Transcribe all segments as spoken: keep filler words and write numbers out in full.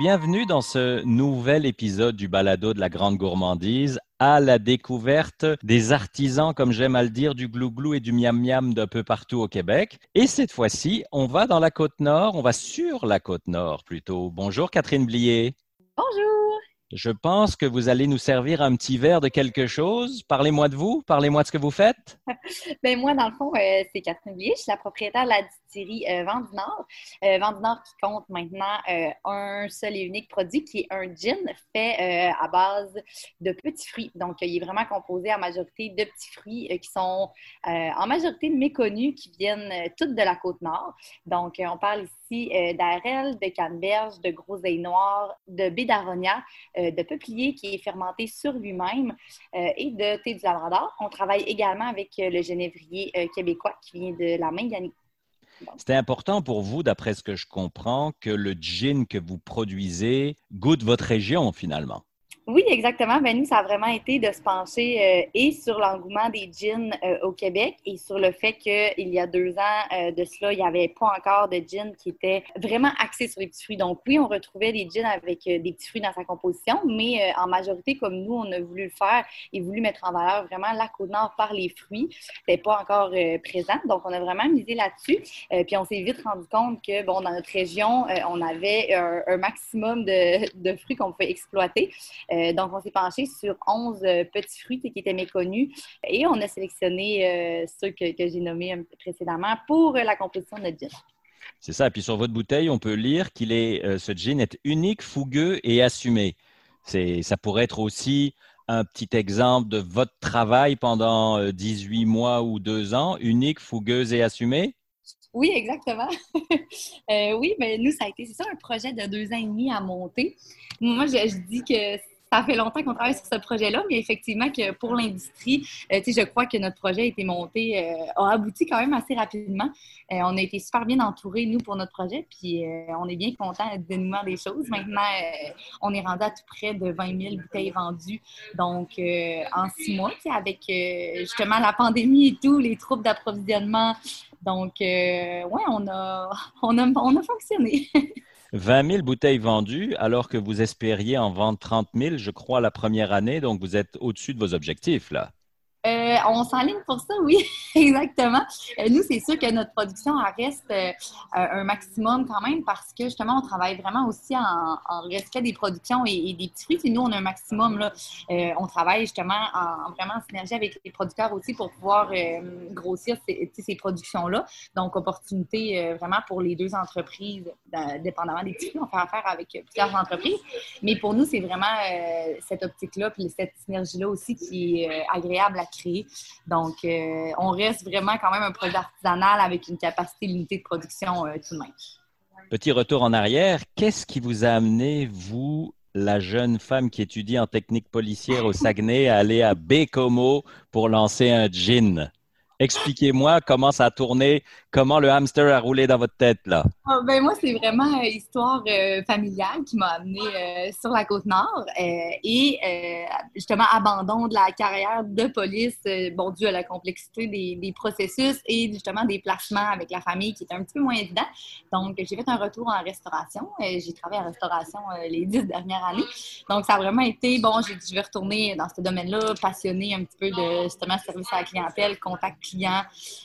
bienvenue dans ce nouvel épisode du Balado de la Grande Gourmandise à la découverte des artisans, comme j'aime à le dire, du glouglou et du miam-miam d'un peu partout au Québec. Et cette fois-ci, on va dans la Côte-Nord, on va sur la Côte-Nord plutôt. Bonjour Catherine Blier. Bonjour! Je pense que vous allez nous servir un petit verre de quelque chose. Parlez-moi de vous, parlez-moi de ce que vous faites. Ben moi, dans le fond, euh, c'est Catherine Blier. Je suis la propriétaire de la distillerie euh, Vent du Nord. Euh, Vent du Nord qui compte maintenant euh, un seul et unique produit qui est un gin fait euh, à base de petits fruits. Donc, il est vraiment composé en majorité de petits fruits euh, qui sont euh, en majorité méconnus, qui viennent euh, toutes de la Côte-Nord. Donc, euh, on parle ici euh, d'arelle, de canneberge, de groseille noire, de baie d'aronia, euh, de peuplier qui est fermenté sur lui-même euh, et de thé du Labrador. On travaille également avec euh, le genévrier euh, québécois qui vient de la Mingani. C'était important pour vous, d'après ce que je comprends, que le gin que vous produisez goûte votre région finalement. Oui, exactement. Ben, nous, ça a vraiment été de se pencher euh, et sur l'engouement des gins euh, au Québec et sur le fait qu'il y a deux ans euh, de cela, il n'y avait pas encore de gin qui était vraiment axé sur les petits fruits. Donc oui, on retrouvait des gins avec euh, des petits fruits dans sa composition, mais euh, en majorité, comme nous, on a voulu le faire et voulu mettre en valeur vraiment la Côte-Nord par les fruits. C'était pas encore euh, présent, donc on a vraiment misé là-dessus. Euh, puis on s'est vite rendu compte que, bon, dans notre région, euh, on avait un, un maximum de, de fruits qu'on pouvait exploiter. Euh, donc, on s'est penché sur onze euh, petits fruits qui étaient méconnus et on a sélectionné euh, ceux que, que j'ai nommés précédemment pour euh, la composition de notre gin. C'est ça. Et puis sur votre bouteille, on peut lire qu'il est, euh, ce gin est unique, fougueux et assumé. C'est, ça pourrait être aussi un petit exemple de votre travail pendant euh, dix-huit mois ou deux ans, unique, fougueuse et assumé. Oui, exactement. euh, oui, mais nous, ça a été, c'est ça, un projet de deux ans et demi à monter. Moi, je, je dis que ça fait longtemps qu'on travaille sur ce projet-là, mais effectivement que pour l'industrie, euh, tu sais, je crois que notre projet a été monté, euh, a abouti quand même assez rapidement. Euh, on a été super bien entourés, nous, pour notre projet, puis euh, on est bien contents du dénouement des choses. Maintenant, euh, on est rendu à tout près de vingt mille bouteilles vendues, donc euh, en six mois, tu sais, avec euh, justement la pandémie et tout, les troubles d'approvisionnement. Donc, euh, ouais, on a, on a, on a fonctionné. vingt mille bouteilles vendues, alors que vous espériez en vendre trente mille, je crois, la première année. Donc, vous êtes au-dessus de vos objectifs, là. Euh, on s'enligne pour ça, oui, exactement. Euh, nous, c'est sûr que notre production elle reste euh, un maximum quand même parce que justement, on travaille vraiment aussi en, en respect des productions et, et des petits fruits. Et nous, on a un maximum, là. Euh, on travaille justement en, vraiment en synergie avec les producteurs aussi pour pouvoir euh, grossir ces, ces productions-là. Donc, opportunité euh, vraiment pour les deux entreprises, euh, dépendamment des petits fruits. On fait affaire avec plusieurs entreprises. Mais pour nous, c'est vraiment euh, cette optique-là puis cette synergie-là aussi qui est euh, agréable à créer. Donc, euh, on reste vraiment quand même un projet artisanal avec une capacité limitée de production euh, tout de même. Petit retour en arrière, qu'est-ce qui vous a amené, vous, la jeune femme qui étudie en technique policière au Saguenay, à aller à Baie-Comeau pour lancer un gin? Expliquez-moi comment ça a tourné, comment le hamster a roulé dans votre tête, là. Ah, ben moi, c'est vraiment une histoire euh, familiale qui m'a amenée euh, sur la Côte-Nord euh, et euh, justement abandon de la carrière de police, euh, bon, dû à la complexité des, des processus et justement des placements avec la famille qui était un petit peu moins évident. Donc, j'ai fait un retour en restauration. Euh, j'ai travaillé en restauration euh, les dix dernières années. Donc, ça a vraiment été, bon, j'ai dit, je vais retourner dans ce domaine-là, passionnée un petit peu de justement service à la clientèle, contact client,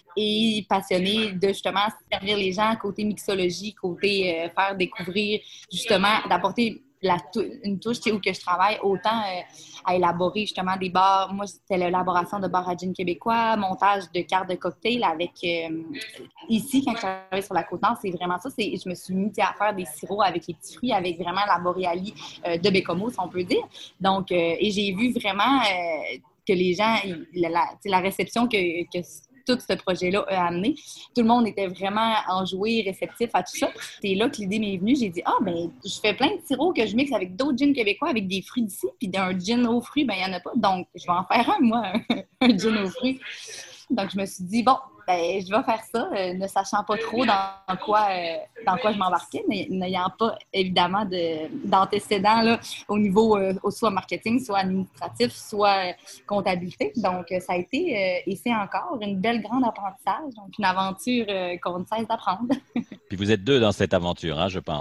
et passionnée de justement servir les gens côté mixologie, côté euh, faire découvrir justement, d'apporter la une touche, tu sais, où que je travaille, autant euh, à élaborer justement des bars. Moi, c'était l'élaboration de bars à gin québécois, montage de cartes de cocktail avec... Euh, ici, quand je travaillais sur la Côte-Nord, c'est vraiment ça. C'est, je me suis mis à faire des sirops avec les petits fruits, avec vraiment la Boréalie euh, de Baie-Comeau, si on peut dire. Donc, euh, et j'ai vu vraiment euh, que les gens, la, la, la réception que, que tout ce projet-là a amené. Tout le monde était vraiment enjoué, réceptif à tout ça. C'est là que l'idée m'est venue. J'ai dit, ah, ben, je fais plein de sirops que je mixe avec d'autres gins québécois, avec des fruits d'ici, puis d'un gin aux fruits, ben, il n'y en a pas. Donc, je vais en faire un, moi, un gin aux fruits. Donc, je me suis dit, bon, ben, je vais faire ça, euh, ne sachant pas trop dans quoi, euh, dans quoi je m'embarquais, mais n'ayant pas, évidemment, de, d'antécédents là, au niveau euh, soit marketing, soit administratif, soit euh, comptabilité. Donc, euh, ça a été, euh, et c'est encore, une belle grande apprentissage, donc une aventure euh, qu'on ne cesse d'apprendre. Puis vous êtes deux dans cette aventure, hein, je pense.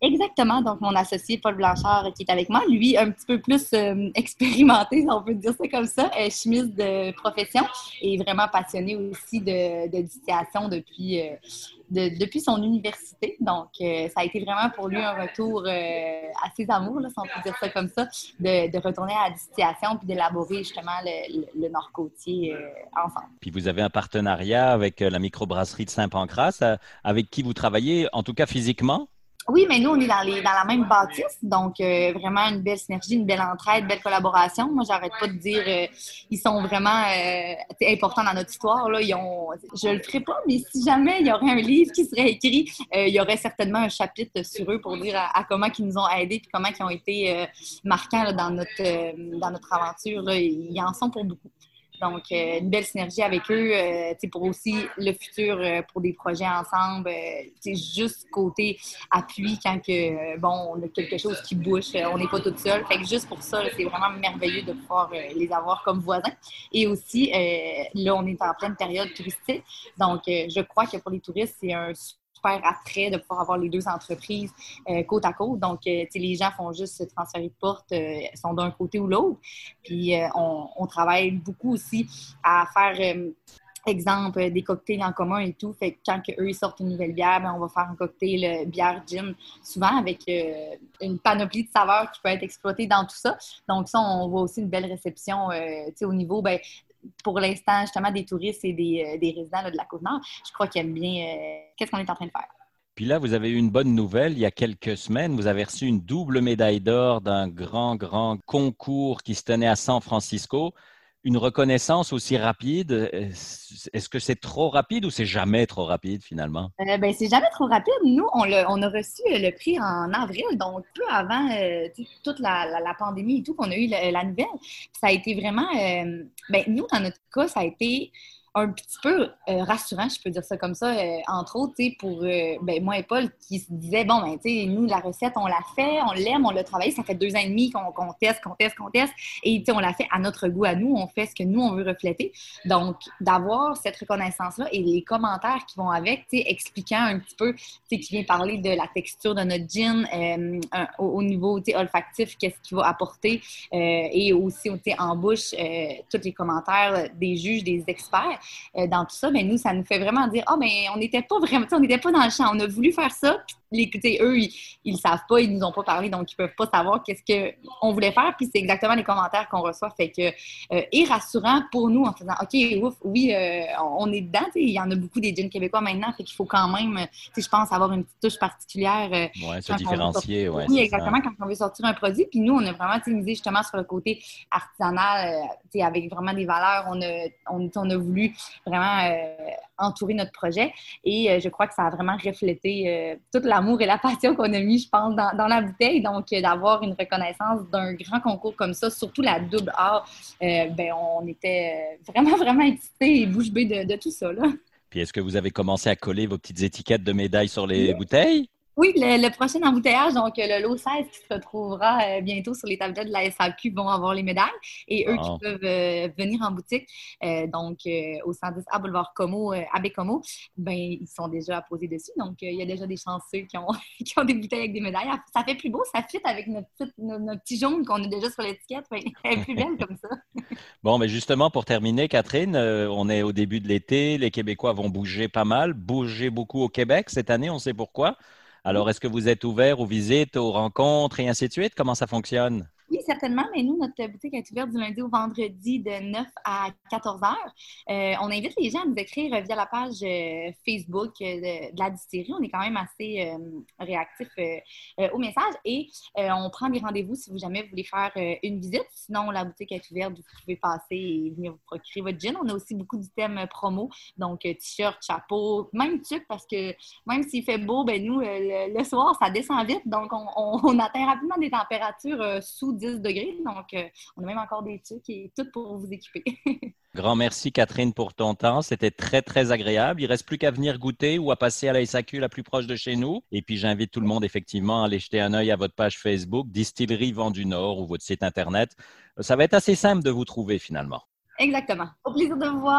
Exactement. Donc, mon associé Paul Blanchard, qui est avec moi, lui, un petit peu plus euh, expérimenté, si on peut dire ça comme ça, euh, chimiste de profession et vraiment passionné aussi de, de distillation depuis, euh, de, depuis son université. Donc, euh, ça a été vraiment pour lui un retour euh, à ses amours, là, si on peut dire ça comme ça, de, de retourner à la distillation puis d'élaborer justement le, le, le Nord-Côtier euh, ensemble. Puis vous avez un partenariat avec euh, la microbrasserie de Saint-Pancras, euh, avec qui vous travaillez, en tout cas physiquement? Oui, mais nous, on est dans, les, dans la même bâtisse, donc euh, vraiment une belle synergie, une belle entraide, une belle collaboration. Moi, j'arrête pas de dire, euh, ils sont vraiment euh, importants dans notre histoire. Là. Ils ont, je le ferai pas, mais si jamais il y aurait un livre qui serait écrit, euh, il y aurait certainement un chapitre sur eux pour dire à, à comment ils nous ont aidés et comment ils ont été euh, marquants là, dans, notre, euh, dans notre aventure. Là. Ils en sont pour beaucoup. Donc, euh, une belle synergie avec eux, euh, pour aussi le futur, euh, pour des projets ensemble, euh, juste côté appui quand que, euh, bon, on a quelque chose qui bouge, euh, on n'est pas tout seul. Fait que juste pour ça, c'est vraiment merveilleux de pouvoir euh, les avoir comme voisins. Et aussi, euh, là, on est en pleine période touristique. Donc, euh, je crois que pour les touristes, c'est un super attrait de pouvoir avoir les deux entreprises euh, côte à côte. Donc, euh, les gens font juste se transférer de porte, euh, sont d'un côté ou l'autre. Puis, euh, on, on travaille beaucoup aussi à faire... Euh, exemple, des cocktails en commun et tout. Fait que quand eux ils sortent une nouvelle bière, ben, on va faire un cocktail euh, bière gin, souvent avec euh, une panoplie de saveurs qui peut être exploitée dans tout ça. Donc ça, on voit aussi une belle réception euh, au niveau, ben, pour l'instant, justement, des touristes et des, euh, des résidents là, de la Côte-Nord. Je crois qu'ils aiment bien euh, qu'est-ce qu'on est en train de faire. Puis là, vous avez eu une bonne nouvelle. Il y a quelques semaines, vous avez reçu une double médaille d'or d'un grand, grand concours qui se tenait à San Francisco. Une reconnaissance aussi rapide, est-ce que c'est trop rapide ou c'est jamais trop rapide finalement? Euh, ben, c'est jamais trop rapide. Nous, on, l'a, on a reçu le prix en avril, donc peu avant euh, toute la, la, la pandémie et tout, qu'on a eu la, la nouvelle. Puis ça a été vraiment, euh, ben, nous, dans notre cas, ça a été un petit peu euh, rassurant, je peux dire ça comme ça, euh, entre autres, pour euh, ben, moi et Paul, qui se disaient, bon, ben, nous, la recette, on l'a fait, on l'aime, on l'a travaillé, ça fait deux ans et demi qu'on, qu'on teste, qu'on teste, qu'on teste, et on l'a fait à notre goût, à nous, on fait ce que nous, on veut refléter. Donc, d'avoir cette reconnaissance-là et les commentaires qui vont avec, expliquant un petit peu, qui vient parler de la texture de notre gin, euh, un, au, au niveau olfactif, qu'est-ce qu'il va apporter, euh, et aussi en bouche, euh, tous les commentaires des juges, des experts. Euh, dans tout ça, mais nous, ça nous fait vraiment dire, ah, oh, mais on n'était pas vraiment, on n'était pas dans le champ, on a voulu faire ça, puis les, eux, ils ne savent pas, ils nous ont pas parlé, donc ils peuvent pas savoir qu'est-ce qu'on voulait faire, puis c'est exactement les commentaires qu'on reçoit, fait que, euh, et rassurant pour nous en faisant, OK, ouf, oui, euh, on est dedans, il y en a beaucoup des gins québécois maintenant, fait qu'il faut quand même, je pense, avoir une petite touche particulière. Euh, oui, se différencier, oui. Oui, exactement, ça. Quand on veut sortir un produit, puis nous, on a vraiment misé justement sur le côté artisanal, euh, avec vraiment des valeurs, on a, on, on a voulu vraiment euh, entourer notre projet. Et euh, je crois que ça a vraiment reflété euh, tout l'amour et la passion qu'on a mis, je pense, dans, dans la bouteille. Donc, euh, d'avoir une reconnaissance d'un grand concours comme ça, surtout la double A, euh, ben, on était vraiment, vraiment excités et bouche bée de, de tout ça, là. Puis, est-ce que vous avez commencé à coller vos petites étiquettes de médailles sur les oui. bouteilles? Oui, le, le prochain embouteillage, donc le lot seize qui se retrouvera euh, bientôt sur les tablettes de la S A Q vont avoir les médailles et eux oh. qui peuvent euh, venir en boutique, euh, donc euh, au cent dix A Boulevard Como, euh, à Bécomo, ben ils sont déjà apposés dessus. Donc il euh, y a déjà des chanceux qui ont, qui ont des bouteilles avec des médailles. Ça fait plus beau, ça fit avec notre, petite, notre, notre petit jaune qu'on a déjà sur l'étiquette. Elle est plus belle comme ça. Bon, mais justement, pour terminer, Catherine, euh, on est au début de l'été. Les Québécois vont bouger pas mal, bouger beaucoup au Québec cette année, on sait pourquoi. Alors, est-ce que vous êtes ouvert aux visites, aux rencontres et ainsi de suite? Comment ça fonctionne? Oui, certainement, mais nous, notre boutique est ouverte du lundi au vendredi de neuf à quatorze heures. Euh, on invite les gens à nous écrire via la page euh, Facebook euh, de, de la distillerie. On est quand même assez euh, réactifs euh, euh, aux messages et euh, on prend des rendez-vous si vous jamais vous voulez faire euh, une visite. Sinon, la boutique est ouverte, vous pouvez passer et venir vous procurer votre gin. On a aussi beaucoup d'items promo, donc euh, t-shirt, chapeau, même tuque, parce que même s'il fait beau, ben nous, euh, le, le soir, ça descend vite, donc on, on, on atteint rapidement des températures euh, sous dix degrés, donc euh, on a même encore des trucs et tout pour vous équiper. Grand merci Catherine pour ton temps, c'était très très agréable. Il ne reste plus qu'à venir goûter ou à passer à la S A Q la plus proche de chez nous. Et puis j'invite tout le monde effectivement à aller jeter un œil à votre page Facebook, Distillerie Vent du Nord ou votre site internet. Ça va être assez simple de vous trouver finalement. Exactement. Au plaisir de vous voir.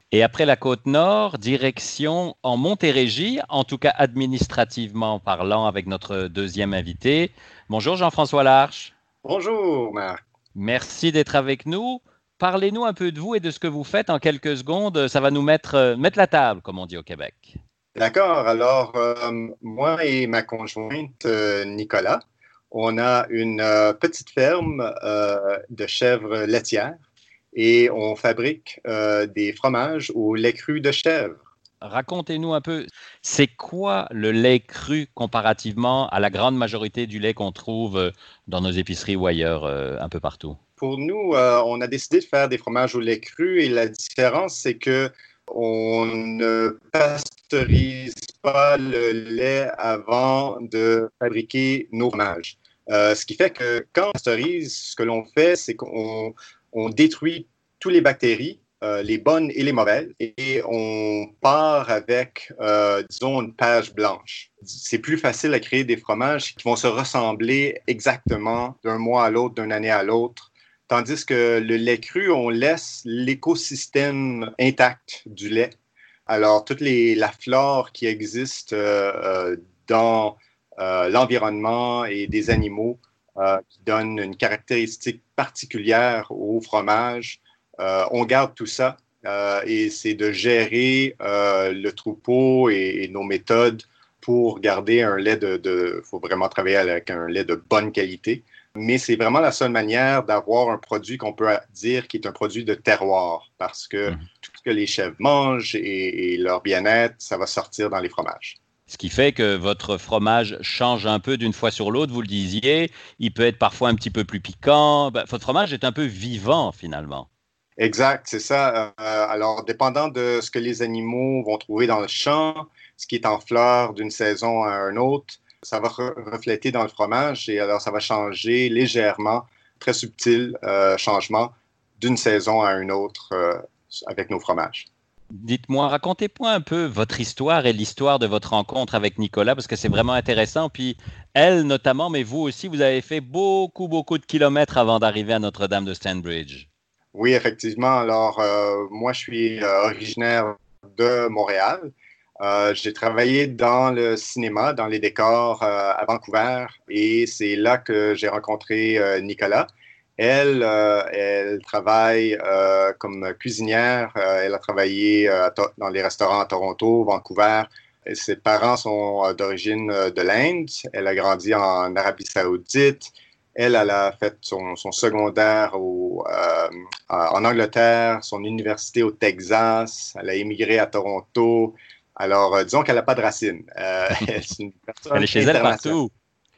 Et après la Côte-Nord, direction en Montérégie, en tout cas administrativement parlant, avec notre deuxième invité. Bonjour Jean-François Larche. Bonjour Marc. Merci d'être avec nous. Parlez-nous un peu de vous et de ce que vous faites en quelques secondes. Ça va nous mettre, mettre la table, comme on dit au Québec. D'accord. Alors, euh, moi et ma conjointe euh, Nicolas, on a une euh, petite ferme euh, de chèvres laitières et on fabrique euh, des fromages au lait cru de chèvre. Racontez-nous un peu, c'est quoi le lait cru comparativement à la grande majorité du lait qu'on trouve dans nos épiceries ou ailleurs, euh, un peu partout? Pour nous, euh, on a décidé de faire des fromages au lait cru et la différence, c'est que on ne pasteurise pas le lait avant de fabriquer nos fromages. Euh, ce qui fait que quand on pasteurise, ce que l'on fait, c'est qu'on on détruit toutes les bactéries, euh, les bonnes et les mauvaises, et on part avec, euh, disons, une page blanche. C'est plus facile à créer des fromages qui vont se ressembler exactement d'un mois à l'autre, d'une année à l'autre. Tandis que le lait cru, on laisse l'écosystème intact du lait. Alors, toute les, la flore qui existe euh, dans euh, l'environnement et des animaux euh, qui donnent une caractéristique particulière au fromage, euh, on garde tout ça euh, et c'est de gérer euh, le troupeau et, et nos méthodes pour garder un lait de... Il faut vraiment travailler avec un lait de bonne qualité. Mais c'est vraiment la seule manière d'avoir un produit qu'on peut dire qui est un produit de terroir, parce que mmh. tout ce que les chèvres mangent et, et leur bien-être, ça va sortir dans les fromages. Ce qui fait que votre fromage change un peu d'une fois sur l'autre, vous le disiez, il peut être parfois un petit peu plus piquant. Ben, votre fromage est un peu vivant finalement. Exact, c'est ça. Euh, alors, dépendant de ce que les animaux vont trouver dans le champ, ce qui est en fleur d'une saison à une autre, ça va re- refléter dans le fromage et alors ça va changer légèrement, très subtil euh, changement d'une saison à une autre euh, avec nos fromages. Dites-moi, racontez-moi un peu votre histoire et l'histoire de votre rencontre avec Nicolas, parce que c'est vraiment intéressant. Puis elle notamment, mais vous aussi, vous avez fait beaucoup, beaucoup de kilomètres avant d'arriver à Notre-Dame de Stanbridge. Oui, effectivement. Alors, euh, moi, je suis euh, originaire de Montréal. Euh, j'ai travaillé dans le cinéma, dans les décors euh, à Vancouver et c'est là que j'ai rencontré euh, Nicolas. Elle, euh, elle travaille euh, comme cuisinière. Euh, elle a travaillé euh, dans les restaurants à Toronto, Vancouver. Et ses parents sont euh, d'origine euh, de l'Inde. Elle a grandi en Arabie Saoudite. Elle, elle a fait son, son secondaire au, euh, en Angleterre, son université au Texas. Elle a émigré à Toronto. Alors, euh, disons qu'elle n'a pas de racines. Euh, c'est une personne elle est chez elle partout.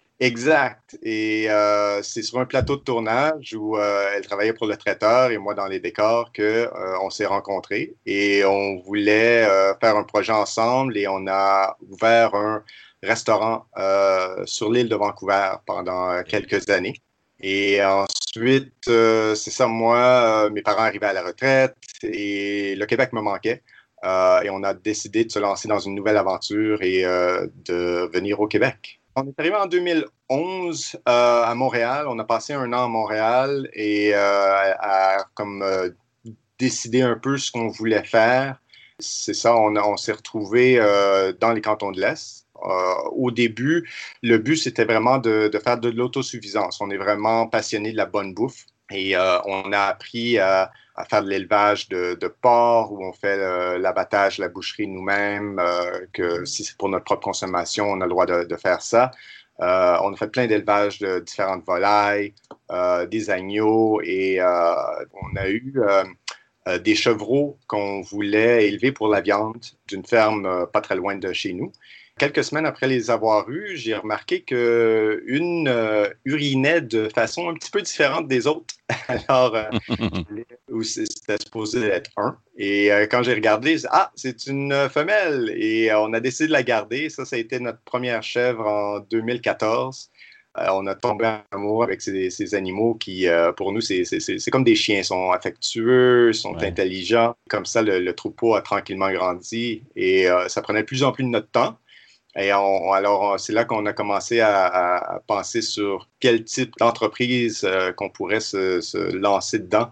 Exact. Et euh, c'est sur un plateau de tournage où euh, elle travaillait pour le traiteur et moi dans les décors qu'on euh, s'est rencontrés. Et on voulait euh, faire un projet ensemble et on a ouvert un restaurant euh, sur l'île de Vancouver pendant quelques années. Et ensuite, euh, c'est ça, moi, euh, mes parents arrivaient à la retraite et le Québec me manquait. Euh, et on a décidé de se lancer dans une nouvelle aventure et euh, de venir au Québec. On est arrivé en deux mille onze euh, à Montréal. On a passé un an à Montréal et euh, à, à comme euh, décider un peu ce qu'on voulait faire. C'est ça, on, on s'est retrouvés euh, dans les cantons de l'Est. Euh, au début, le but, c'était vraiment de, de faire de l'autosuffisance. On est vraiment passionné de la bonne bouffe et euh, on a appris à, à faire de l'élevage de, de porc où on fait euh, l'abattage, la boucherie nous-mêmes, euh, que si c'est pour notre propre consommation, on a le droit de, de faire ça. Euh, on a fait plein d'élevages de différentes volailles, euh, des agneaux et euh, on a eu euh, euh, des chevreaux qu'on voulait élever pour la viande d'une ferme euh, pas très loin de chez nous. Quelques semaines après les avoir eus, j'ai remarqué qu'une euh, urinait de façon un petit peu différente des autres. Alors, euh, c'était supposé être un. Et euh, quand j'ai regardé, j'ai dit, ah, c'est une femelle. Et euh, on a décidé de la garder. Ça, ça a été notre première chèvre en deux mille quatorze. Euh, on a tombé en amour avec ces, ces animaux qui, euh, pour nous, c'est, c'est, c'est comme des chiens. Ils sont affectueux, ils sont ouais. intelligents. Comme ça, le, le troupeau a tranquillement grandi. Et euh, ça prenait de plus en plus de notre temps. Et on, alors, c'est là qu'on a commencé à, à, à penser sur quel type d'entreprise euh, qu'on pourrait se, se lancer dedans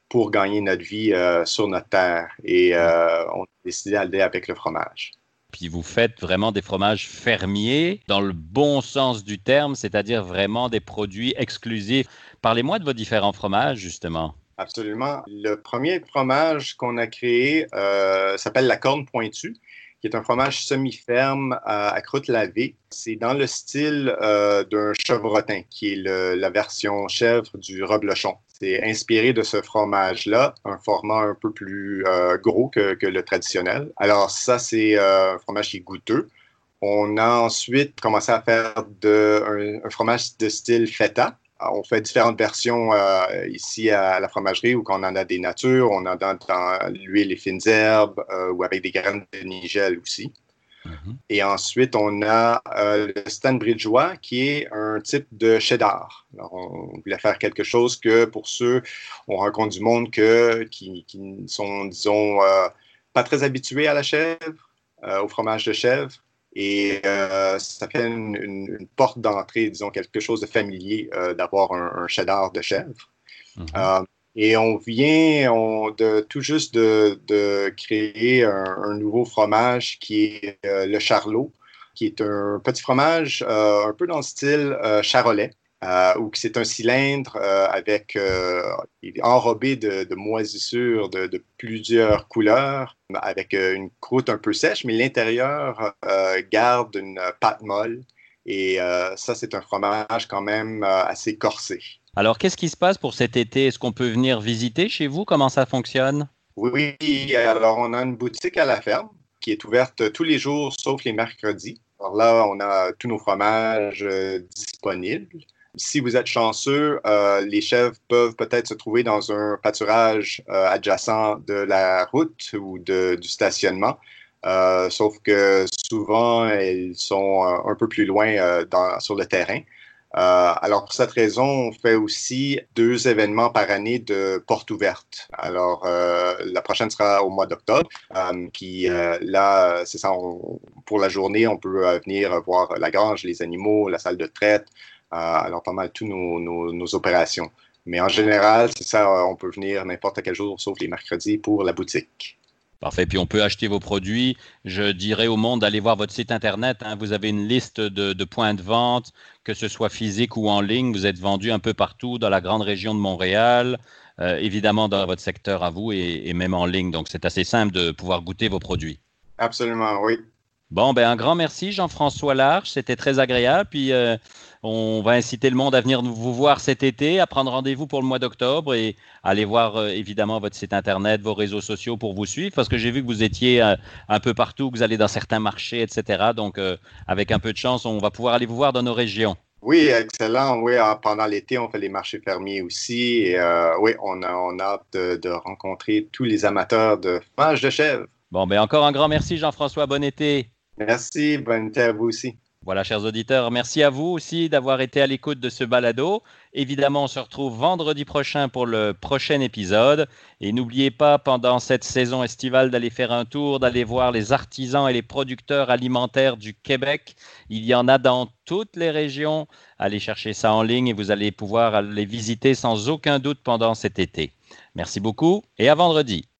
pour gagner notre vie euh, sur notre terre. Et euh, on a décidé d'aller avec le fromage. Puis vous faites vraiment des fromages fermiers dans le bon sens du terme, c'est-à-dire vraiment des produits exclusifs. Parlez-moi de vos différents fromages, justement. Absolument. Le premier fromage qu'on a créé euh, s'appelle la corne pointue, qui est un fromage semi-ferme à, à croûte lavée. C'est dans le style euh, d'un chevrotin, qui est le, la version chèvre du reblochon. C'est inspiré de ce fromage-là, un format un peu plus euh, gros que, que le traditionnel. Alors ça, c'est euh, un fromage qui est goûteux. On a ensuite commencé à faire de, un, un fromage de style feta. On fait différentes versions euh, ici à la fromagerie où on en a des natures, on en a dans, dans l'huile et fines herbes euh, ou avec des graines de nigel aussi. Mm-hmm. Et ensuite, on a euh, le Stanbridgeois qui est un type de cheddar. Alors, on voulait faire quelque chose que pour ceux, on rencontre du monde que, qui, qui sont, disons, euh, pas très habitués à la chèvre, euh, au fromage de chèvre. Et euh, ça fait une, une, une porte d'entrée, disons, quelque chose de familier euh, d'avoir un, un cheddar de chèvre. Mm-hmm. euh, et on vient on, de, tout juste de, de créer un, un nouveau fromage qui est euh, le charlot, qui est un petit fromage euh, un peu dans le style euh, charolais. Euh, où c'est un cylindre euh, avec euh, enrobé de, de moisissures de, de plusieurs couleurs, avec euh, une croûte un peu sèche, mais l'intérieur euh, garde une pâte molle. Et euh, ça, c'est un fromage quand même euh, assez corsé. Alors, qu'est-ce qui se passe pour cet été? Est-ce qu'on peut venir visiter chez vous? Comment ça fonctionne? Oui, alors on a une boutique à la ferme qui est ouverte tous les jours, sauf les mercredis. Alors là, on a tous nos fromages euh, disponibles. Si vous êtes chanceux, euh, les chèvres peuvent peut-être se trouver dans un pâturage euh, adjacent de la route ou de, du stationnement, euh, sauf que souvent, elles sont euh, un peu plus loin euh, dans, sur le terrain. Euh, alors, pour cette raison, on fait aussi deux événements par année de porte ouverte. Alors, euh, la prochaine sera au mois d'octobre, euh, qui, euh, là, c'est ça, on, pour la journée, on peut euh, venir voir la grange, les animaux, la salle de traite, euh, alors pas mal toutes nos, nos, nos opérations. Mais en général, c'est ça, on peut venir n'importe quel jour, sauf les mercredis, pour la boutique. Parfait. Puis on peut acheter vos produits. Je dirais au monde d'aller voir votre site Internet. Hein. Vous avez une liste de, de points de vente, que ce soit physique ou en ligne. Vous êtes vendu un peu partout dans la grande région de Montréal, euh, évidemment dans votre secteur à vous et, et même en ligne. Donc, c'est assez simple de pouvoir goûter vos produits. Absolument, oui. Bon, ben un grand merci Jean-François Larche. C'était très agréable. Puis, euh, on va inciter le monde à venir vous voir cet été, à prendre rendez-vous pour le mois d'octobre et aller voir euh, évidemment votre site Internet, vos réseaux sociaux pour vous suivre parce que j'ai vu que vous étiez euh, un peu partout, que vous allez dans certains marchés, et cetera. Donc, euh, avec un peu de chance, on va pouvoir aller vous voir dans nos régions. Oui, excellent. Oui, pendant l'été, on fait les marchés fermiers aussi. Et euh, oui, on a, on a hâte de, de rencontrer tous les amateurs de fromage de chèvre. Bon, ben encore un grand merci Jean-François. Bon été. Merci. Bon été à vous aussi. Voilà, chers auditeurs, merci à vous aussi d'avoir été à l'écoute de ce balado. Évidemment, on se retrouve vendredi prochain pour le prochain épisode. Et n'oubliez pas, pendant cette saison estivale, d'aller faire un tour, d'aller voir les artisans et les producteurs alimentaires du Québec. Il y en a dans toutes les régions. Allez chercher ça en ligne et vous allez pouvoir les visiter sans aucun doute pendant cet été. Merci beaucoup et à vendredi.